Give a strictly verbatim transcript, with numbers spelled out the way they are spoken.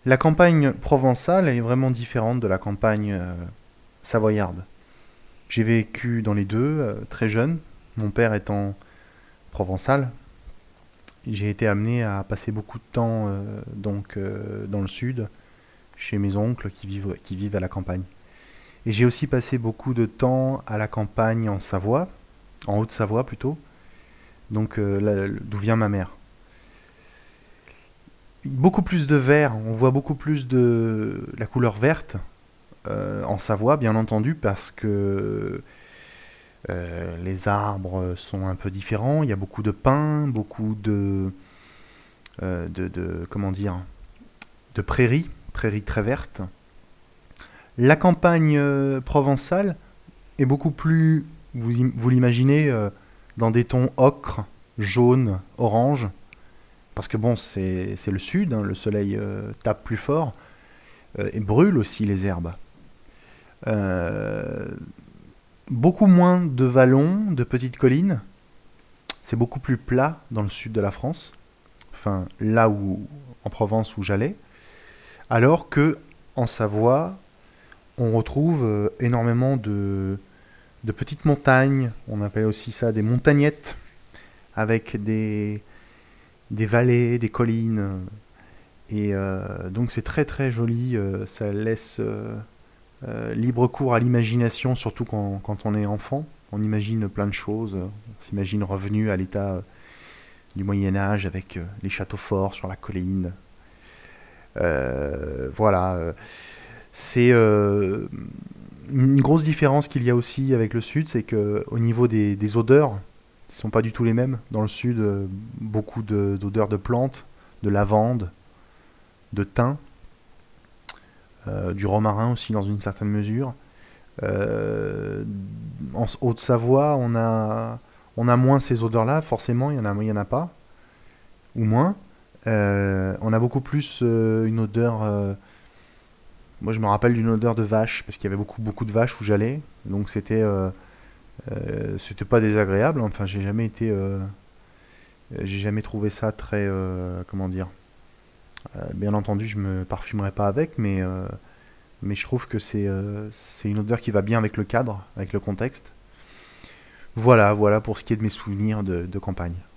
La campagne provençale est vraiment différente de la campagne euh, savoyarde. J'ai vécu dans les deux, euh, très jeune, mon père étant provençal. J'ai été amené à passer beaucoup de temps euh, donc euh, dans le sud, chez mes oncles qui vivent, qui vivent à la campagne. Et j'ai aussi passé beaucoup de temps à la campagne en Savoie, en Haute-Savoie plutôt, donc euh, là, d'où vient ma mère. Beaucoup plus de vert, on voit beaucoup plus de la couleur verte euh, en Savoie, bien entendu, parce que euh, les arbres sont un peu différents. Il y a beaucoup de pins, beaucoup de, euh, de, de comment dire, de prairies, prairies très vertes. La campagne euh, provençale est beaucoup plus, vous, vous l'imaginez, euh, dans des tons ocre, jaune, orange, parce que bon, c'est c'est le sud, hein, le soleil euh, tape plus fort euh, et brûle aussi les herbes. Euh, Beaucoup moins de vallons, de petites collines. C'est beaucoup plus plat dans le sud de la France, enfin là où en Provence où j'allais, alors que en Savoie, on retrouve euh, énormément de, de petites montagnes. On appelle aussi ça des montagnettes, avec des, des vallées, des collines. Et euh, donc c'est très très joli. euh, ça laisse euh, euh, libre cours à l'imagination, surtout quand, quand on est enfant. On imagine plein de choses. On s'imagine revenu à l'état du Moyen Âge avec euh, les châteaux forts sur la colline. Euh, voilà. euh, C'est euh, une grosse différence qu'il y a aussi avec le sud, c'est que au niveau des, des odeurs, ne sont pas du tout les mêmes. Dans le sud, euh, beaucoup de- d'odeurs de plantes, de lavande, de thym, euh, du romarin aussi dans une certaine mesure. Euh, En Haute-Savoie, on a, on a moins ces odeurs-là, forcément, il y en a, il y en a pas, ou moins. Euh, on a beaucoup plus euh, une odeur. euh, moi, je me rappelle d'une odeur de vache, parce qu'il y avait beaucoup, beaucoup de vaches où j'allais. Donc, c'était euh, euh, c'était pas désagréable. Enfin, j'ai jamais été. euh, j'ai jamais trouvé ça très. euh, comment dire. Euh, bien entendu, je me parfumerai pas avec, mais, euh, mais je trouve que c'est euh, c'est une odeur qui va bien avec le cadre, avec le contexte. Voilà, voilà pour ce qui est de mes souvenirs de, de campagne.